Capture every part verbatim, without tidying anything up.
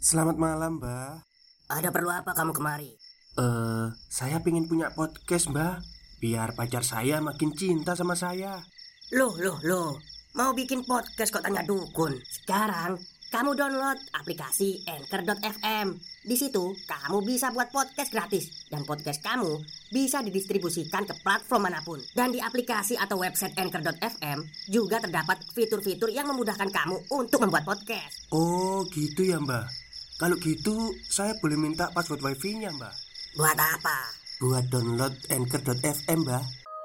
Selamat malam, Mbak. Ada perlu apa kamu kemari? Eh, saya pengen punya podcast, Mbak. Biar pacar saya makin cinta sama saya. Loh, loh, loh. Mau bikin podcast kok tanya dukun? Sekarang kamu download aplikasi Anchor dot f m. Di situ kamu bisa buat podcast gratis dan podcast kamu bisa didistribusikan ke platform manapun. Dan di aplikasi atau website Anchor dot f m juga terdapat fitur-fitur yang memudahkan kamu untuk membuat podcast. Oh, gitu ya, Mbak. Kalau gitu, saya boleh minta password wifi-nya, Mbak. Buat apa? Buat download Anchor dot f m, Mbak.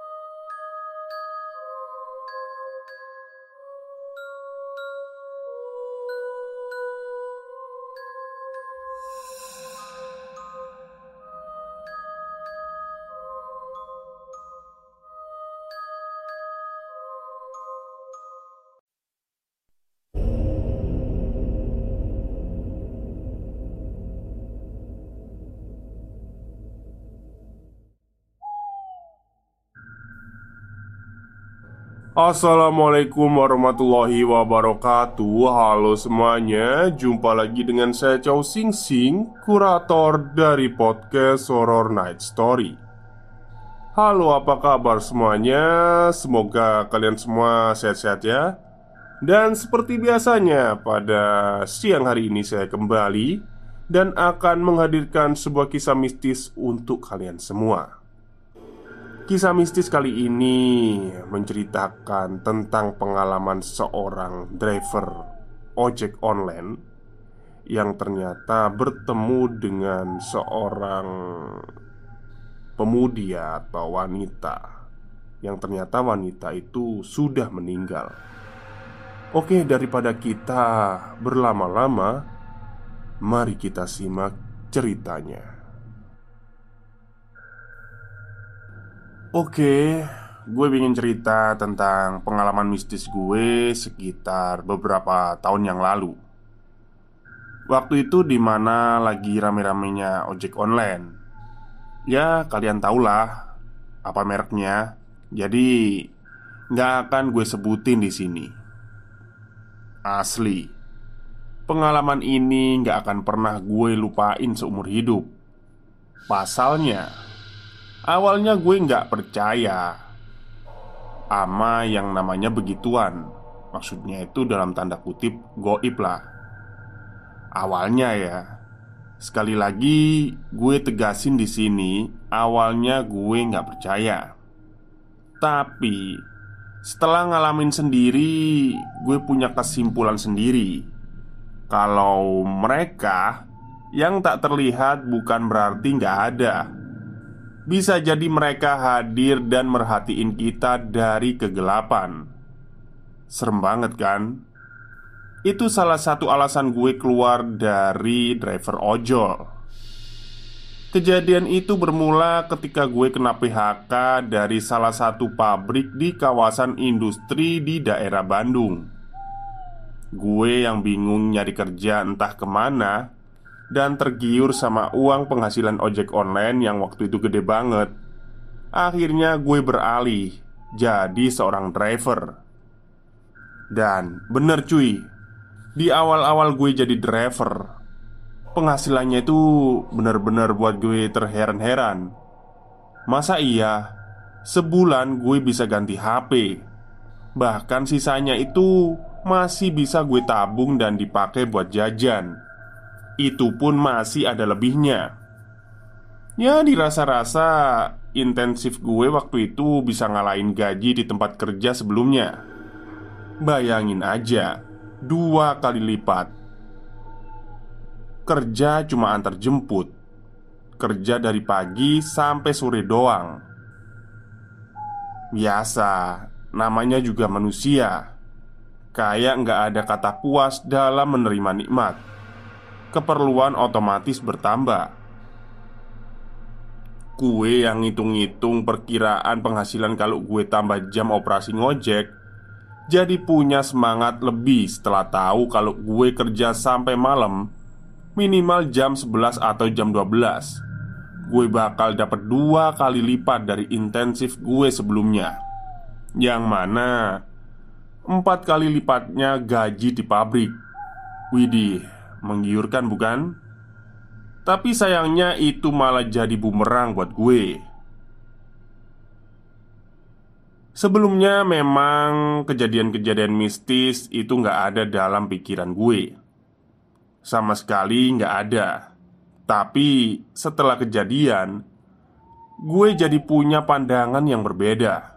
Assalamualaikum warahmatullahi wabarakatuh. Halo semuanya, jumpa lagi dengan saya Chow Sing Sing, kurator dari podcast Horror Night Story. Halo, apa kabar semuanya? Semoga kalian semua sehat-sehat ya. Dan seperti biasanya, pada siang hari ini saya kembali dan akan menghadirkan sebuah kisah mistis untuk kalian semua. Kisah mistis kali ini menceritakan tentang pengalaman seorang driver ojek online yang ternyata bertemu dengan seorang pemudi atau wanita, yang ternyata wanita itu sudah meninggal. Oke, daripada kita berlama-lama, mari kita simak ceritanya. Oke, gue ingin cerita tentang pengalaman mistis gue sekitar beberapa tahun yang lalu. Waktu itu dimana lagi rame-ramenya ojek online. Ya, kalian tahulah apa mereknya. Jadi, nggak akan gue sebutin di sini. Asli, pengalaman ini nggak akan pernah gue lupain seumur hidup. Pasalnya, awalnya gue nggak percaya ama yang namanya begituan. Maksudnya itu dalam tanda kutip goib lah. Awalnya ya. Sekali lagi gue tegasin di sini, awalnya gue nggak percaya. Tapi setelah ngalamin sendiri, gue punya kesimpulan sendiri. Kalau mereka yang tak terlihat bukan berarti nggak ada. Bisa jadi mereka hadir dan merhatiin kita dari kegelapan. Serem banget kan? Itu salah satu alasan gue keluar dari driver ojol. Kejadian itu bermula ketika gue kena P H K dari salah satu pabrik di kawasan industri di daerah Bandung. Gue yang bingung nyari kerja entah kemana, dan tergiur sama uang penghasilan ojek online yang waktu itu gede banget. Akhirnya gue beralih jadi seorang driver. Dan bener cuy, di awal-awal gue jadi driver, penghasilannya itu bener-bener buat gue terheran-heran. Masa iya, sebulan gue bisa ganti H P. Bahkan sisanya itu masih bisa gue tabung dan dipakai buat jajan. Itu pun masih ada lebihnya. Ya dirasa-rasa intensif gue waktu itu bisa ngalahin gaji di tempat kerja sebelumnya. Bayangin aja, dua kali lipat. Kerja cuma antar jemput. Kerja dari pagi sampai sore doang. Biasa, namanya juga manusia. Kayak nggak ada kata puas dalam menerima nikmat. Keperluan otomatis bertambah. Gue yang ngitung-ngitung perkiraan penghasilan kalau gue tambah jam operasi ngojek, jadi punya semangat lebih setelah tahu kalau gue kerja sampai malam, minimal jam sebelas atau jam dua belas. Gue bakal dapat dua kali lipat dari intensif gue sebelumnya, yang mana empat kali lipatnya gaji di pabrik. Widih, Menggiurkan bukan? Tapi sayangnya itu malah jadi bumerang buat gue. Sebelumnya memang kejadian-kejadian mistis itu nggak ada dalam pikiran gue. Sama sekali nggak ada. Tapi setelah kejadian, gue jadi punya pandangan yang berbeda.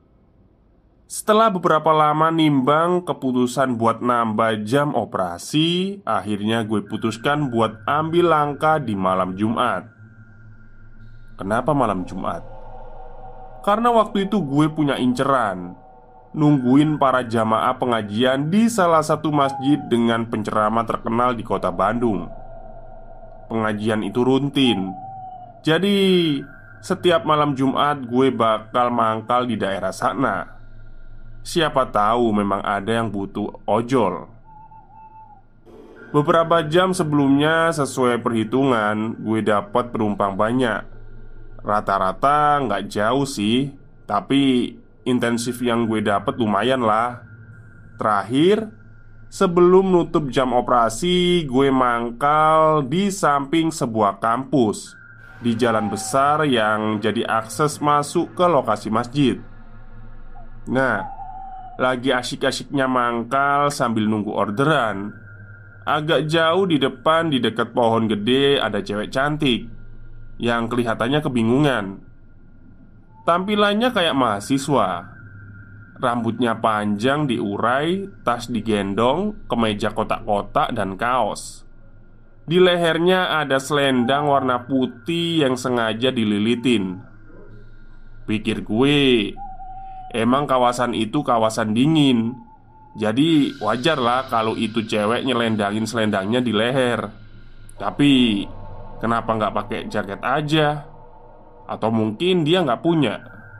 Setelah beberapa lama nimbang keputusan buat nambah jam operasi, akhirnya gue putuskan buat ambil langkah di malam Jumat. Kenapa malam Jumat? Karena waktu itu gue punya inceran nungguin para jamaah pengajian di salah satu masjid dengan penceramah terkenal di kota Bandung. Pengajian itu rutin. Jadi setiap malam Jumat gue bakal mangkal di daerah sana. Siapa tahu memang ada yang butuh ojol. Beberapa jam sebelumnya sesuai perhitungan gue dapat penumpang banyak. Rata-rata nggak jauh sih, tapi intensif yang gue dapat lumayan lah. Terakhir, sebelum nutup jam operasi, gue mangkal di samping sebuah kampus di jalan besar yang jadi akses masuk ke lokasi masjid. Nah, lagi asyik-asyiknya mangkal sambil nunggu orderan. Agak jauh di depan, di dekat pohon gede, ada cewek cantik yang kelihatannya kebingungan. Tampilannya kayak mahasiswa. Rambutnya panjang diurai, tas digendong, kemeja kotak-kotak dan kaos. Di lehernya ada selendang warna putih yang sengaja dililitin. Pikir gue, emang kawasan itu kawasan dingin. Jadi wajar lah kalau itu cewek nyelendangin selendangnya di leher. Tapi kenapa nggak pakai jaket aja? Atau mungkin dia nggak punya?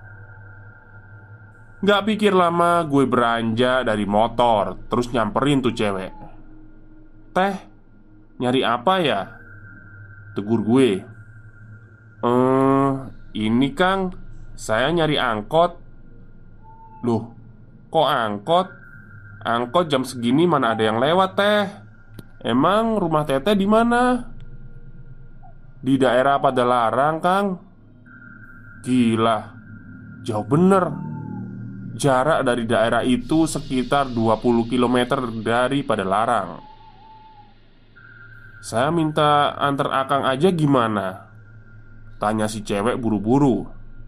Nggak pikir lama gue beranjak dari motor, terus nyamperin tuh cewek. "Teh, nyari apa ya?" tegur gue. "Eh, ini Kang, saya nyari angkot." "Loh, kok angkot? Angkot jam segini mana ada yang lewat, Teh. Emang rumah Teteh di mana?" "Di daerah Padalarang, Kang." Gila, jauh bener. Jarak dari daerah itu sekitar dua puluh kilometer dari Padalarang. "Saya minta antar Akang aja gimana?" tanya si cewek buru-buru.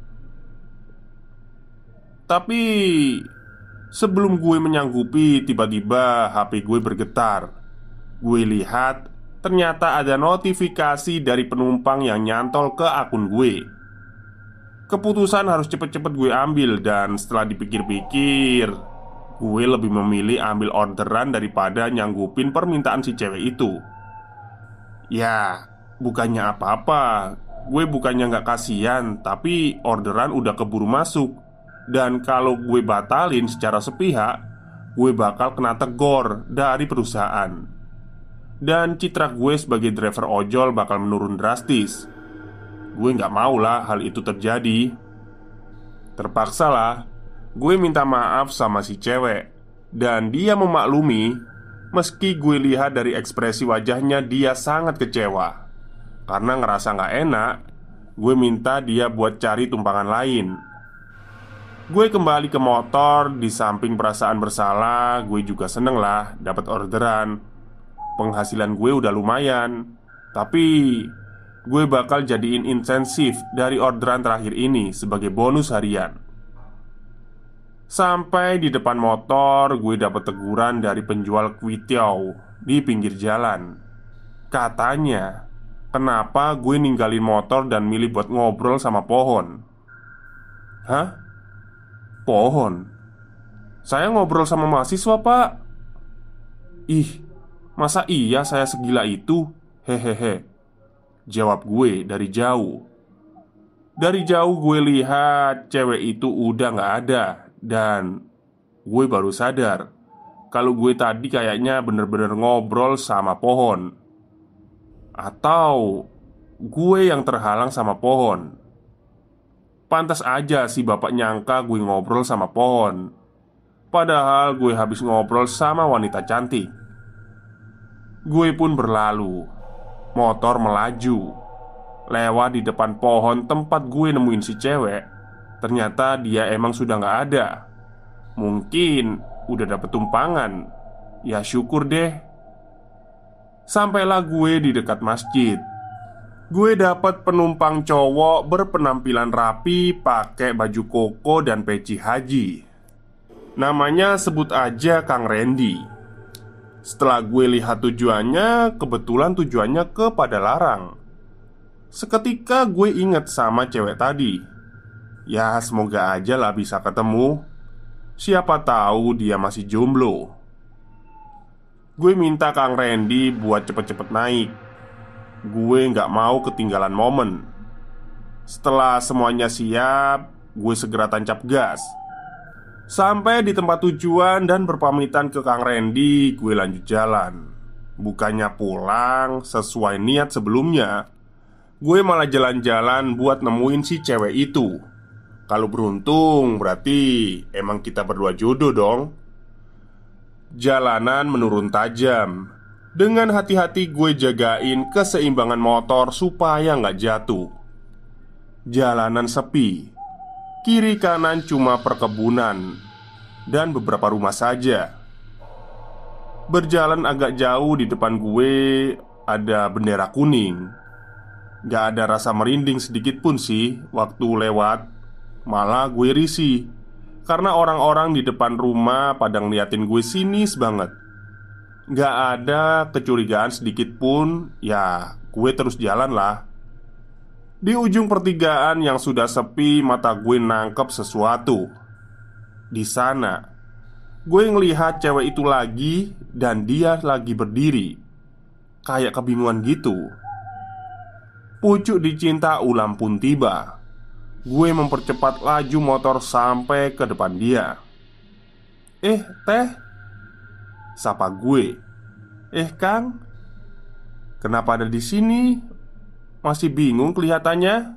Tapi sebelum gue menyanggupi, tiba-tiba H P gue bergetar. Gue lihat ternyata ada notifikasi dari penumpang yang nyantol ke akun gue. Keputusan harus cepet-cepet gue ambil. Dan setelah dipikir-pikir, gue lebih memilih ambil orderan daripada nyanggupin permintaan si cewek itu. Ya, bukannya apa-apa. Gue bukannya gak kasihan, tapi orderan udah keburu masuk. Dan kalau gue batalin secara sepihak, gue bakal kena tegor dari perusahaan. Dan citra gue sebagai driver ojol bakal menurun drastis. Gue gak mau lah hal itu terjadi. Terpaksa lah gue minta maaf sama si cewek. Dan dia memaklumi. Meski gue lihat dari ekspresi wajahnya dia sangat kecewa. Karena ngerasa gak enak, gue minta dia buat cari tumpangan lain. Gue kembali ke motor. Di samping perasaan bersalah, gue juga seneng lah dapat orderan. Penghasilan gue udah lumayan. Tapi gue bakal jadiin insentif dari orderan terakhir ini sebagai bonus harian. Sampai di depan motor, gue dapat teguran dari penjual kuitiau di pinggir jalan. Katanya, kenapa gue ninggalin motor dan milih buat ngobrol sama pohon. Hah? Pohon? Saya ngobrol sama mahasiswa, Pak. Ih, masa iya saya segila itu? Hehehe, jawab gue dari jauh. Dari jauh gue lihat cewek itu udah gak ada. Dan gue baru sadar kalau gue tadi kayaknya bener-bener ngobrol sama pohon. Atau gue yang terhalang sama pohon. Pantas aja si bapak nyangka gue ngobrol sama pohon. Padahal gue habis ngobrol sama wanita cantik. Gue pun berlalu. Motor melaju lewat di depan pohon tempat gue nemuin si cewek. Ternyata dia emang sudah gak ada. Mungkin udah dapet tumpangan. Ya syukur deh. Sampailah gue di dekat masjid. Gue dapat penumpang cowok berpenampilan rapi, pakai baju koko dan peci haji. Namanya sebut aja Kang Randy. Setelah gue lihat tujuannya, kebetulan tujuannya ke Padalarang. Seketika gue inget sama cewek tadi. Ya semoga aja lah bisa ketemu. Siapa tahu dia masih jomblo. Gue minta Kang Randy buat cepet-cepet naik. Gue gak mau ketinggalan momen. Setelah semuanya siap, gue segera tancap gas. Sampai di tempat tujuan dan berpamitan ke Kang Randy, gue lanjut jalan. Bukannya pulang sesuai niat sebelumnya, gue malah jalan-jalan buat nemuin si cewek itu. Kalau beruntung berarti emang kita berdua jodoh dong. Jalanan menurun tajam. Dengan hati-hati gue jagain keseimbangan motor supaya nggak jatuh. Jalanan sepi. Kiri kanan cuma perkebunan dan beberapa rumah saja. Berjalan agak jauh, di depan gue ada bendera kuning. Gak ada rasa merinding sedikit pun sih waktu lewat. Malah gue risih karena orang-orang di depan rumah pada ngeliatin gue sinis banget. Gak ada kecurigaan sedikit pun. Ya gue terus jalan lah. Di ujung pertigaan yang sudah sepi, mata gue nangkep sesuatu. Di sana gue ngelihat cewek itu lagi, dan dia lagi berdiri kayak kebingungan gitu. Pucuk dicinta ulam pun tiba. Gue mempercepat laju motor sampai ke depan dia. "Eh, Teh," sapa gue. "Eh, Kang, kenapa ada di sini? Masih bingung kelihatannya."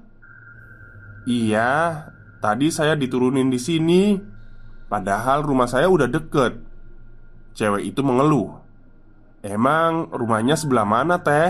"Iya, tadi saya diturunin di sini. Padahal rumah saya udah deket." Cewek itu mengeluh. "Emang rumahnya sebelah mana, Teh?"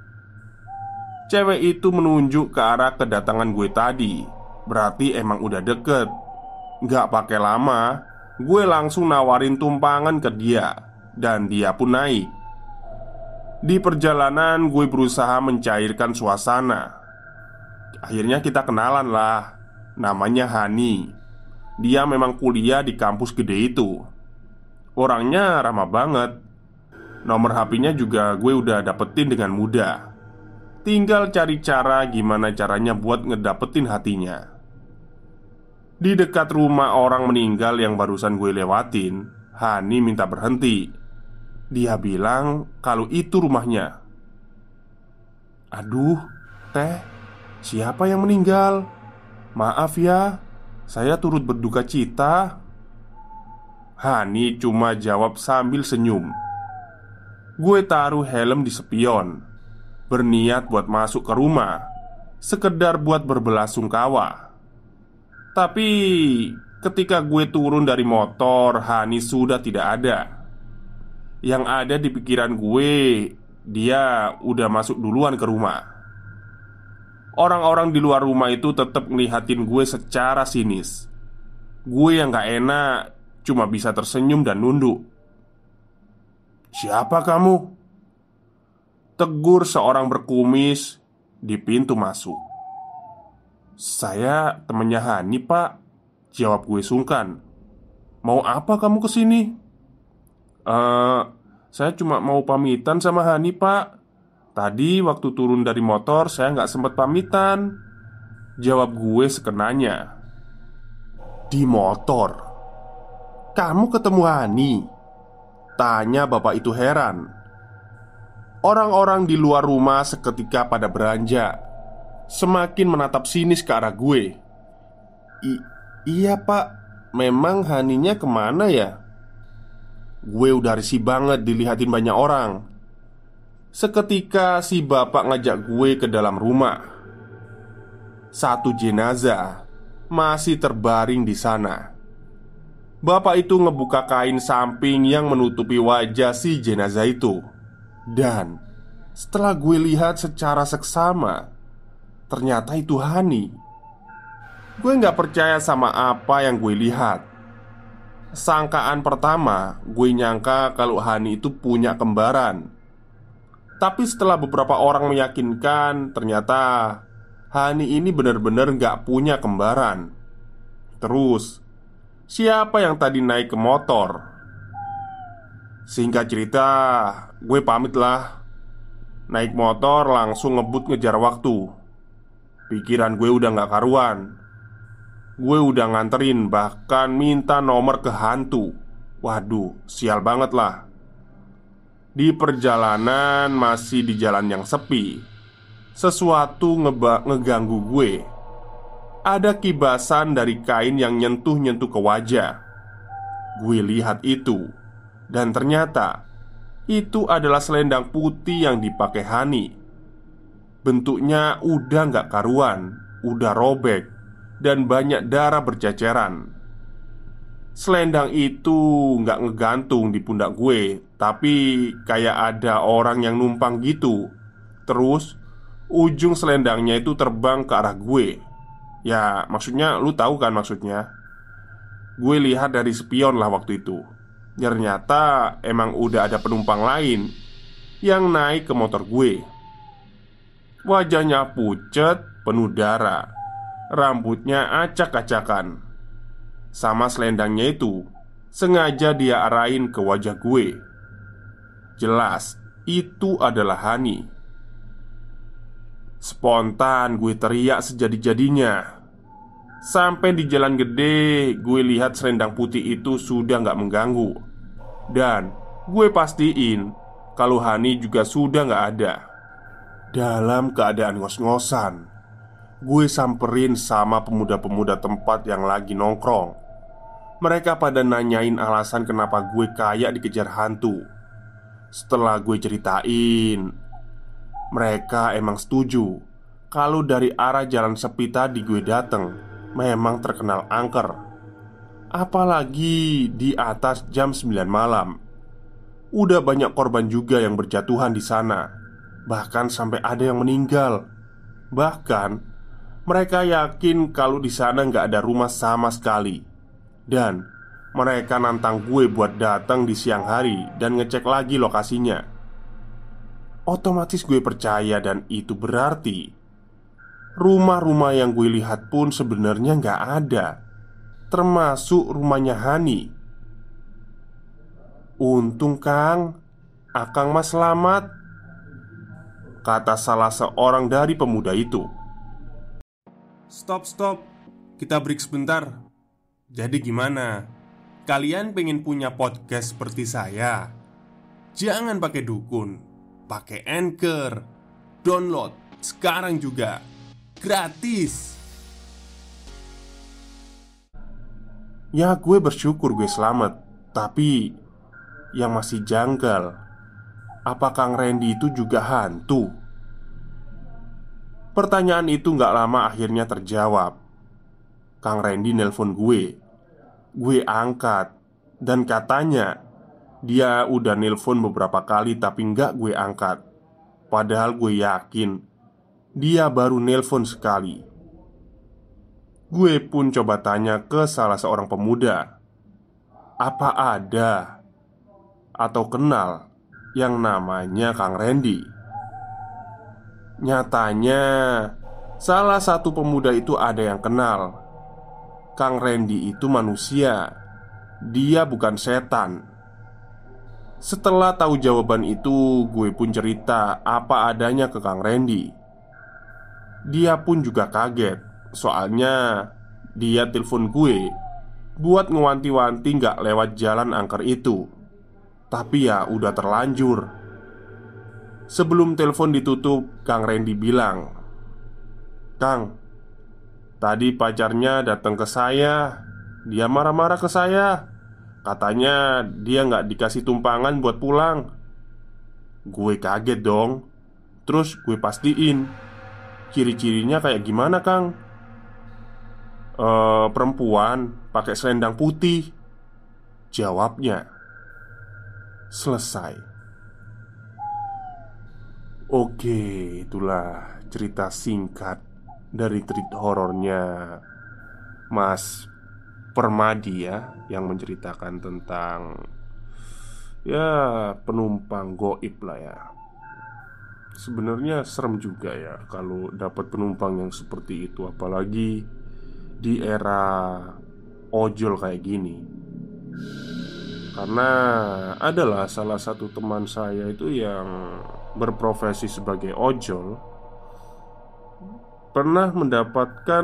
Cewek itu menunjuk ke arah kedatangan gue tadi. Berarti emang udah deket. Gak pakai lama, gue langsung nawarin tumpangan ke dia, dan dia pun naik. Di perjalanan gue berusaha mencairkan suasana. Akhirnya kita kenalan lah. Namanya Hani. Dia memang kuliah di kampus gede itu. Orangnya ramah banget. Nomor H P-nya juga gue udah dapetin dengan mudah. Tinggal cari cara gimana caranya buat ngedapetin hatinya. Di dekat rumah orang meninggal yang barusan gue lewatin, Hani minta berhenti. Dia bilang kalau itu rumahnya. "Aduh, Teh, siapa yang meninggal? Maaf ya, saya turut berduka cita." Hani cuma jawab sambil senyum. Gue taruh helm di spion, berniat buat masuk ke rumah, sekedar buat berbelasungkawa. Tapi ketika gue turun dari motor, Hani sudah tidak ada. Yang ada di pikiran gue, dia udah masuk duluan ke rumah. Orang-orang di luar rumah itu tetap ngelihatin gue secara sinis. Gue yang gak enak cuma bisa tersenyum dan nunduk. "Siapa kamu?" tegur seorang berkumis di pintu masuk. "Saya temannya Hani, Pak," jawab gue sungkan. "Mau apa kamu kesini?" Eh, saya cuma mau pamitan sama Hani, Pak. Tadi waktu turun dari motor saya nggak sempat pamitan," jawab gue sekenanya. "Di motor? Kamu ketemu Hani?" tanya bapak itu heran. Orang-orang di luar rumah seketika pada beranjak, semakin menatap sinis ke arah gue. I- Iya, Pak. Memang Haninya kemana ya?" Gue udah risih banget dilihatin banyak orang. Seketika si bapak ngajak gue ke dalam rumah. Satu jenazah masih terbaring di sana. Bapak itu ngebuka kain samping yang menutupi wajah si jenazah itu. Dan setelah gue lihat secara seksama, ternyata itu Hani. Gue gak percaya sama apa yang gue lihat. Sangkaan pertama, gue nyangka kalau Hani itu punya kembaran. Tapi setelah beberapa orang meyakinkan, ternyata Hani ini benar-benar gak punya kembaran. Terus, siapa yang tadi naik ke motor? Singkat cerita, gue pamit lah. Naik motor langsung ngebut ngejar waktu. Pikiran gue udah gak karuan. Gue udah nganterin, bahkan minta nomor ke hantu. Waduh, sial banget lah. Di perjalanan masih di jalan yang sepi, sesuatu ngeba- ngeganggu gue. Ada kibasan dari kain yang nyentuh-nyentuh ke wajah. Gue lihat itu, dan ternyata itu adalah selendang putih yang dipakai Hani. Bentuknya udah gak karuan, udah robek, dan banyak darah berceceran. Selendang itu gak ngegantung di pundak gue, tapi kayak ada orang yang numpang gitu. Terus ujung selendangnya itu terbang ke arah gue. Ya maksudnya lu tahu kan maksudnya. Gue lihat dari spion lah waktu itu. Ternyata emang udah ada penumpang lain yang naik ke motor gue. Wajahnya pucet, penuh darah. Rambutnya acak-acakan. Sama selendangnya itu sengaja dia arahin ke wajah gue. Jelas itu adalah Hani. Spontan gue teriak sejadi-jadinya. Sampai di jalan gede, gue lihat selendang putih itu sudah gak mengganggu. Dan gue pastiin kalau Hani juga sudah gak ada. Dalam keadaan ngos-ngosan, gue samperin sama pemuda-pemuda tempat yang lagi nongkrong. Mereka pada nanyain alasan kenapa gue kayak dikejar hantu. Setelah gue ceritain, mereka emang setuju kalau dari arah jalan sepi tadi gue dateng memang terkenal angker. Apalagi di atas jam sembilan malam. Udah banyak korban juga yang berjatuhan di sana. Bahkan sampai ada yang meninggal. Bahkan mereka yakin kalau di sana nggak ada rumah sama sekali. Dan mereka nantang gue buat datang di siang hari dan ngecek lagi lokasinya. Otomatis gue percaya, dan itu berarti rumah-rumah yang gue lihat pun sebenarnya nggak ada, termasuk rumahnya Hani. "Untung Kang, Akang mas selamat," kata salah seorang dari pemuda itu. Stop, stop. Kita break sebentar. Jadi gimana? Kalian pengen punya podcast seperti saya? Jangan pakai dukun, pakai Anchor. Download sekarang juga, gratis. Ya gue bersyukur gue selamat. Tapi yang masih janggal, apa Kang Randy itu juga hantu? Pertanyaan itu gak lama akhirnya terjawab. Kang Randy nelpon gue. Gue angkat. Dan katanya dia udah nelpon beberapa kali tapi gak gue angkat. Padahal gue yakin dia baru nelpon sekali. Gue pun coba tanya ke salah seorang pemuda, apa ada atau kenal yang namanya Kang Randy? Nyatanya salah satu pemuda itu ada yang kenal. Kang Randy itu manusia. Dia bukan setan. Setelah tahu jawaban itu, gue pun cerita apa adanya ke Kang Randy. Dia pun juga kaget. Soalnya dia telepon gue buat ngewanti-wanti gak lewat jalan angker itu. Tapi ya udah terlanjur. Sebelum telepon ditutup, Kang Randy bilang, "Kang, tadi pacarnya datang ke saya. Dia marah-marah ke saya. Katanya dia gak dikasih tumpangan buat pulang." Gue kaget dong. Terus gue pastiin, ciri-cirinya kayak gimana Kang? E, perempuan pakai selendang putih, jawabnya. Selesai. Oke, itulah cerita singkat dari treat horornya Mas Permadi ya, yang menceritakan tentang ya penumpang goib lah ya. Sebenarnya serem juga ya kalau dapat penumpang yang seperti itu, apalagi di era ojol kayak gini. Karena adalah salah satu teman saya itu yang berprofesi sebagai ojol pernah mendapatkan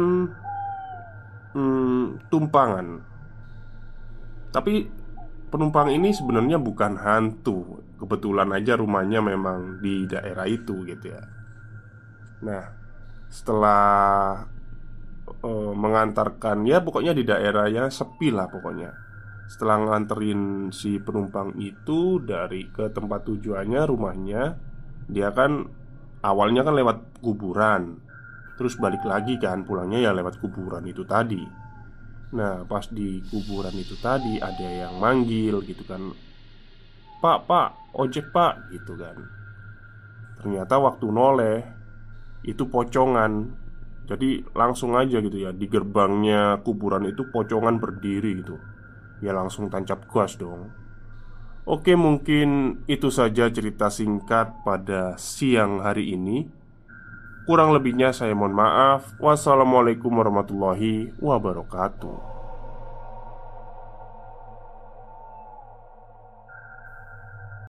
hmm, tumpangan. Tapi penumpang ini sebenarnya bukan hantu. Kebetulan aja rumahnya memang di daerah itu gitu ya. Nah, setelah eh, mengantarkan, ya pokoknya di daerahnya sepi lah pokoknya. Setelah nganterin si penumpang itu dari ke tempat tujuannya, rumahnya, dia kan awalnya kan lewat kuburan, terus balik lagi kan, pulangnya ya lewat kuburan itu tadi. Nah, pas di kuburan itu tadi ada yang manggil gitu kan, "Pak, pak, ojek pak," gitu kan. Ternyata waktu noleh itu pocongan. Jadi langsung aja gitu ya, di gerbangnya kuburan itu pocongan berdiri gitu. Ya langsung tancap gas dong. Oke, mungkin itu saja cerita singkat pada siang hari ini. Kurang lebihnya saya mohon maaf. Wassalamualaikum warahmatullahi wabarakatuh.